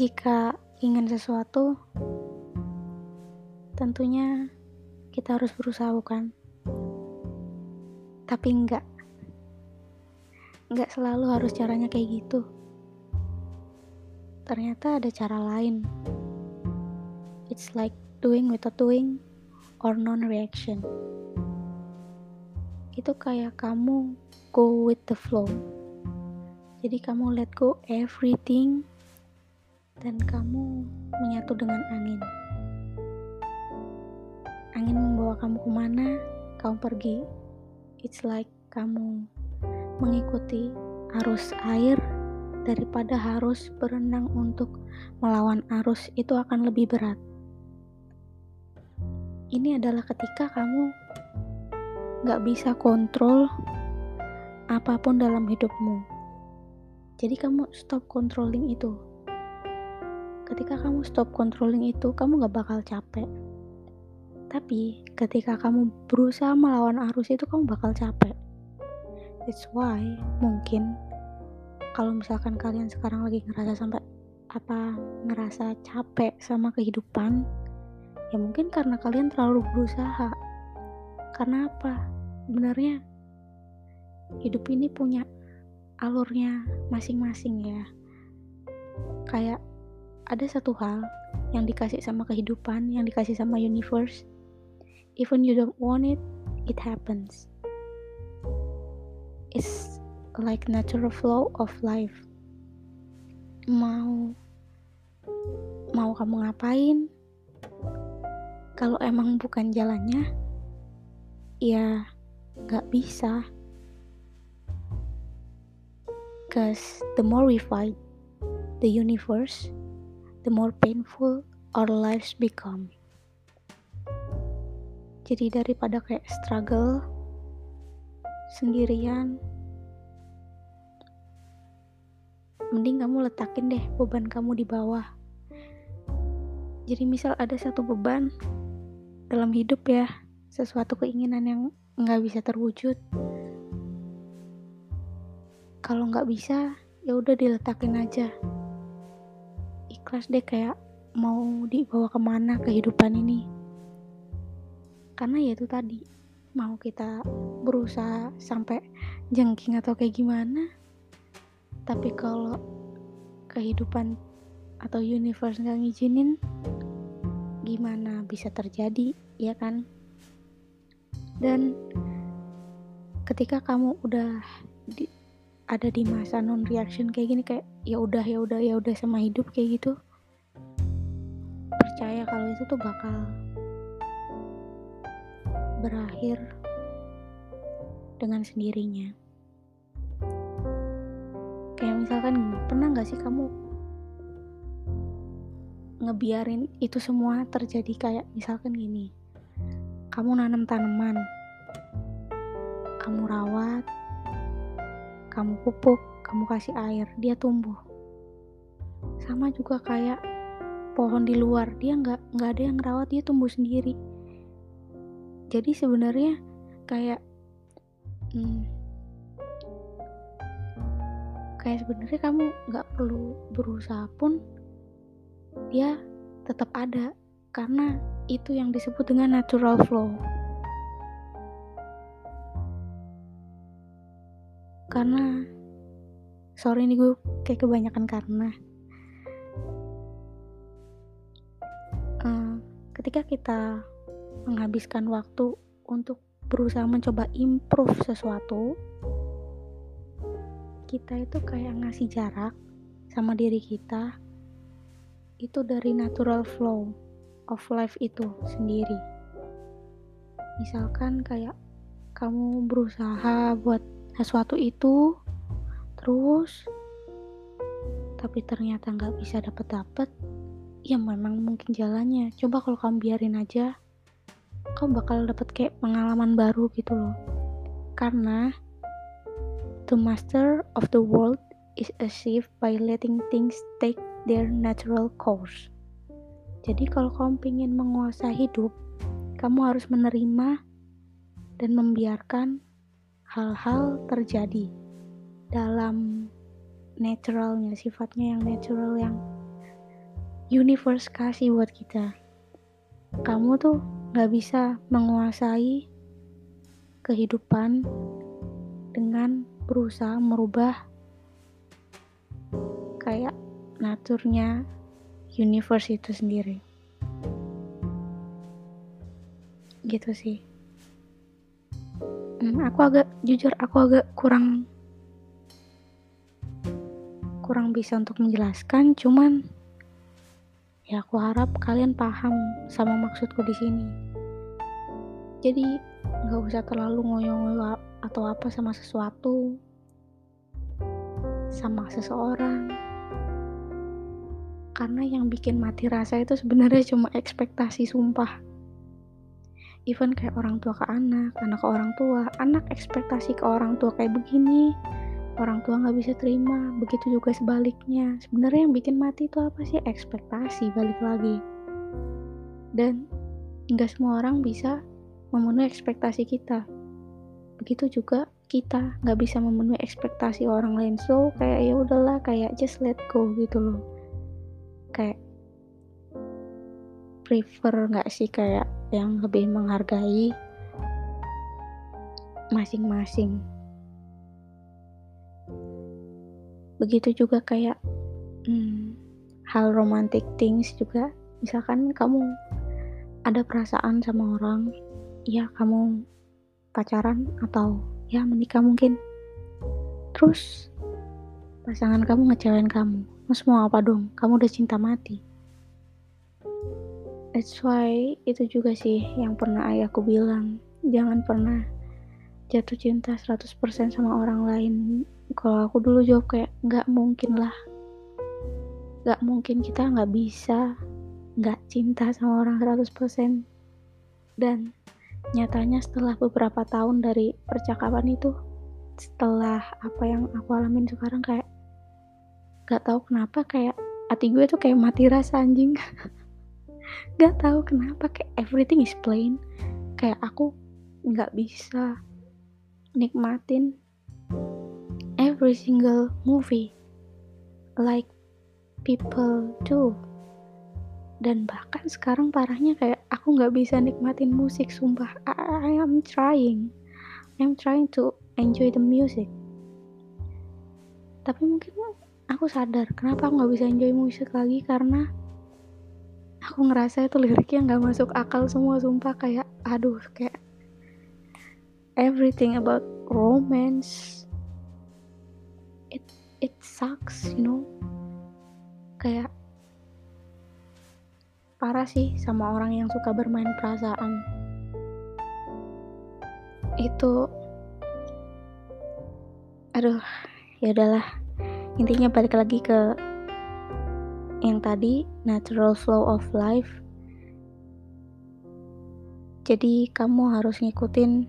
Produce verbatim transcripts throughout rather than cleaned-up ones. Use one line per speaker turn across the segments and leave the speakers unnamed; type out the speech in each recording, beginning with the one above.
Jika ingin sesuatu, tentunya kita harus berusaha, bukan? Tapi enggak, enggak selalu harus caranya kayak gitu. Ternyata ada cara lain. It's like doing without doing or non-reaction. Itu kayak kamu go with the flow. Jadi kamu let go everything dan kamu menyatu dengan angin. Angin membawa kamu kemana, kamu pergi. It's like kamu mengikuti arus air daripada harus berenang untuk melawan arus, itu akan lebih berat. Ini adalah ketika kamu gak bisa kontrol apapun dalam hidupmu. Jadi kamu stop controlling itu. Ketika kamu stop controlling itu, kamu gak bakal capek. Tapi ketika kamu berusaha melawan arus itu, kamu bakal capek. That's why mungkin kalau misalkan kalian sekarang lagi ngerasa sampai apa ngerasa capek sama kehidupan, ya mungkin karena kalian terlalu berusaha. Karena apa? Sebenarnya hidup ini punya alurnya masing-masing ya. Kayak ada satu hal yang dikasih sama kehidupan, yang dikasih sama universe. Even you don't want it, it happens. It's like natural flow of life. Mau mau kamu ngapain? Kalau emang bukan jalannya, ya gak bisa. Cause the more we fight the universe, the more painful our lives become. Jadi daripada kayak struggle sendirian, mending kamu letakin deh beban kamu di bawah. Jadi misal ada satu beban dalam hidup ya, sesuatu keinginan yang gak bisa terwujud. Kalau gak bisa, ya udah diletakin aja. Ikhlas deh kayak mau dibawa kemana kehidupan ini. Karena ya itu tadi, mau kita berusaha sampai jengking atau kayak gimana, tapi kalau kehidupan atau universe gak ngizinin, gimana bisa terjadi, ya kan? Dan ketika kamu udah di, ada di masa non reaction kayak gini, kayak ya udah ya udah ya udah sama hidup kayak gitu, percaya kalau itu tuh bakal berakhir dengan sendirinya. Kayak misalkan gini, pernah gak sih kamu ngebiarin itu semua terjadi? Kayak misalkan gini, kamu nanam tanaman, kamu rawat, kamu pupuk, kamu kasih air, dia tumbuh. Sama juga kayak pohon di luar, dia gak, gak ada yang ngerawat, dia tumbuh sendiri. Jadi sebenarnya kayak hmm, kayak sebenarnya kamu gak perlu berusaha pun, dia tetap ada. Karena itu yang disebut dengan natural flow. Karena sorry nih gue kayak kebanyakan karena uh, ketika kita menghabiskan waktu untuk berusaha mencoba improve sesuatu, kita itu kayak ngasih jarak sama diri kita itu dari natural flow of life itu sendiri. Misalkan kayak kamu berusaha buat sesuatu itu terus, tapi ternyata gak bisa dapet-dapet, ya memang mungkin jalannya. Coba kalau kamu biarin aja, kamu bakal dapet kayak pengalaman baru gitu loh. Karena the master of the world is achieved by letting things take their natural course. Jadi kalau kamu pengen menguasai hidup, kamu harus menerima dan membiarkan hal-hal terjadi dalam naturalnya, sifatnya yang natural, yang universe kasih buat kita. Kamu tuh gak bisa menguasai kehidupan dengan berusaha merubah kayak naturnya universe itu sendiri. Gitu sih. Hmm, aku agak jujur aku agak kurang kurang bisa untuk menjelaskan, cuman ya aku harap kalian paham sama maksudku di sini. Jadi nggak usah terlalu ngoyo-ngoyo atau apa sama sesuatu, sama seseorang. Karena yang bikin mati rasa itu sebenarnya cuma ekspektasi, sumpah. Even kayak orang tua ke anak, anak ke orang tua, anak ekspektasi ke orang tua kayak begini, orang tua nggak bisa terima, begitu juga sebaliknya. Sebenarnya yang bikin mati itu apa sih? Ekspektasi, balik lagi. Dan nggak semua orang bisa memenuhi ekspektasi kita. Begitu juga kita nggak bisa memenuhi ekspektasi orang lain. So kayak ya udahlah, kayak just let go gitu loh. Kayak prefer nggak sih kayak yang lebih menghargai masing-masing. Begitu juga kayak hmm, hal romantic things juga. Misalkan kamu ada perasaan sama orang, ya kamu pacaran atau ya menikah mungkin, terus pasangan kamu ngecewain kamu, terus mau apa dong? Kamu udah cinta mati. That's why itu juga sih yang pernah ayahku bilang, jangan pernah jatuh cinta seratus persen sama orang lain. Kalau aku dulu jawab kayak gak mungkin lah, gak mungkin, kita gak bisa gak cinta sama orang seratus persen. Dan nyatanya setelah beberapa tahun dari percakapan itu, setelah apa yang aku alamin sekarang, kayak gak tahu kenapa kayak hati gue tuh kayak mati rasa anjing. Gak tahu kenapa, kayak everything is plain. Kayak aku gak bisa nikmatin every single movie like people do. Dan bahkan sekarang parahnya kayak aku gak bisa nikmatin musik, sumpah. I, I am trying I'm trying to enjoy the music, tapi mungkin aku sadar kenapa aku gak bisa enjoy musik lagi, karena aku ngerasa itu liriknya gak masuk akal semua, sumpah. Kayak aduh, kayak everything about romance, it it sucks, you know. Kayak parah sih sama orang yang suka bermain perasaan. Itu aduh, ya udahlah. Intinya balik lagi ke yang tadi, natural flow of life. Jadi kamu harus ngikutin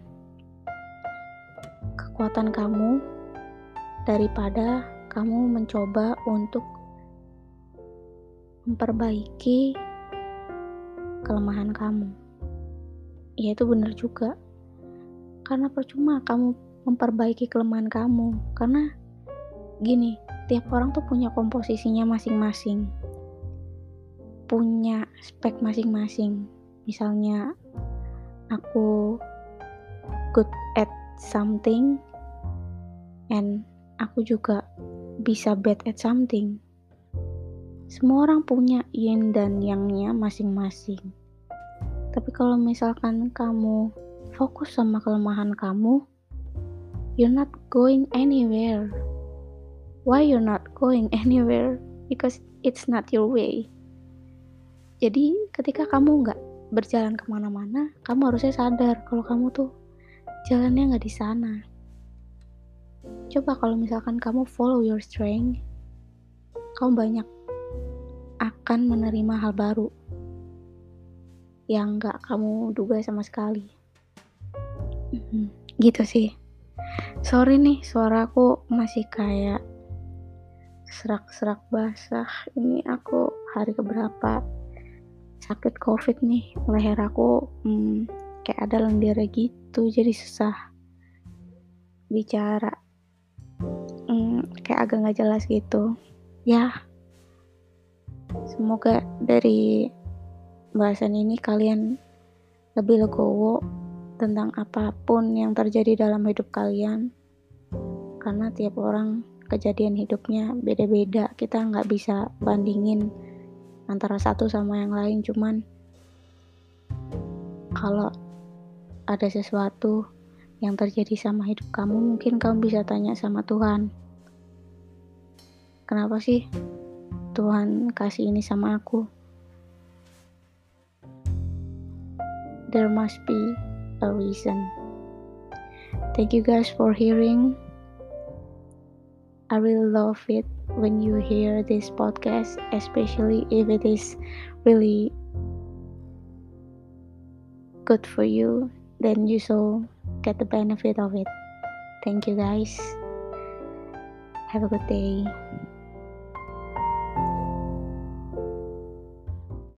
kekuatan kamu daripada kamu mencoba untuk memperbaiki kelemahan kamu. Ya itu benar juga. Karena percuma kamu memperbaiki kelemahan kamu. Karena gini, tiap orang tuh punya komposisinya masing-masing. Punya spek masing-masing. Misalnya aku good at something and aku juga bisa bad at something. Semua orang punya yin dan yang-nya masing-masing. Tapi kalau misalkan kamu fokus sama kelemahan kamu, you're not going anywhere. Why you're not going anywhere? Because it's not your way. Jadi ketika kamu gak berjalan kemana-mana, kamu harusnya sadar kalau kamu tuh jalannya gak di sana. Coba kalau misalkan kamu follow your strength, kamu banyak akan menerima hal baru yang gak kamu duga sama sekali. Hmm, gitu sih. Sorry nih, suaraku masih kayak serak-serak basah. Ini aku hari keberapa sakit covid nih. Leher aku hmm, kayak ada lendirnya gitu, jadi susah bicara. Hmm, kayak agak gak jelas gitu. Ya, Semoga dari bahasan ini kalian lebih legowo tentang apapun yang terjadi dalam hidup kalian, karena tiap orang kejadian hidupnya beda-beda. Kita nggak bisa bandingin antara satu sama yang lain. Cuman kalau ada sesuatu yang terjadi sama hidup kamu, mungkin kamu bisa tanya sama Tuhan, kenapa sih Tuhan kasih ini sama aku? There must be a reason. Thank you guys for hearing. I really love it when you hear this podcast, especially if it is really good for you, then you so get the benefit of it. Thank you guys. Have a good day.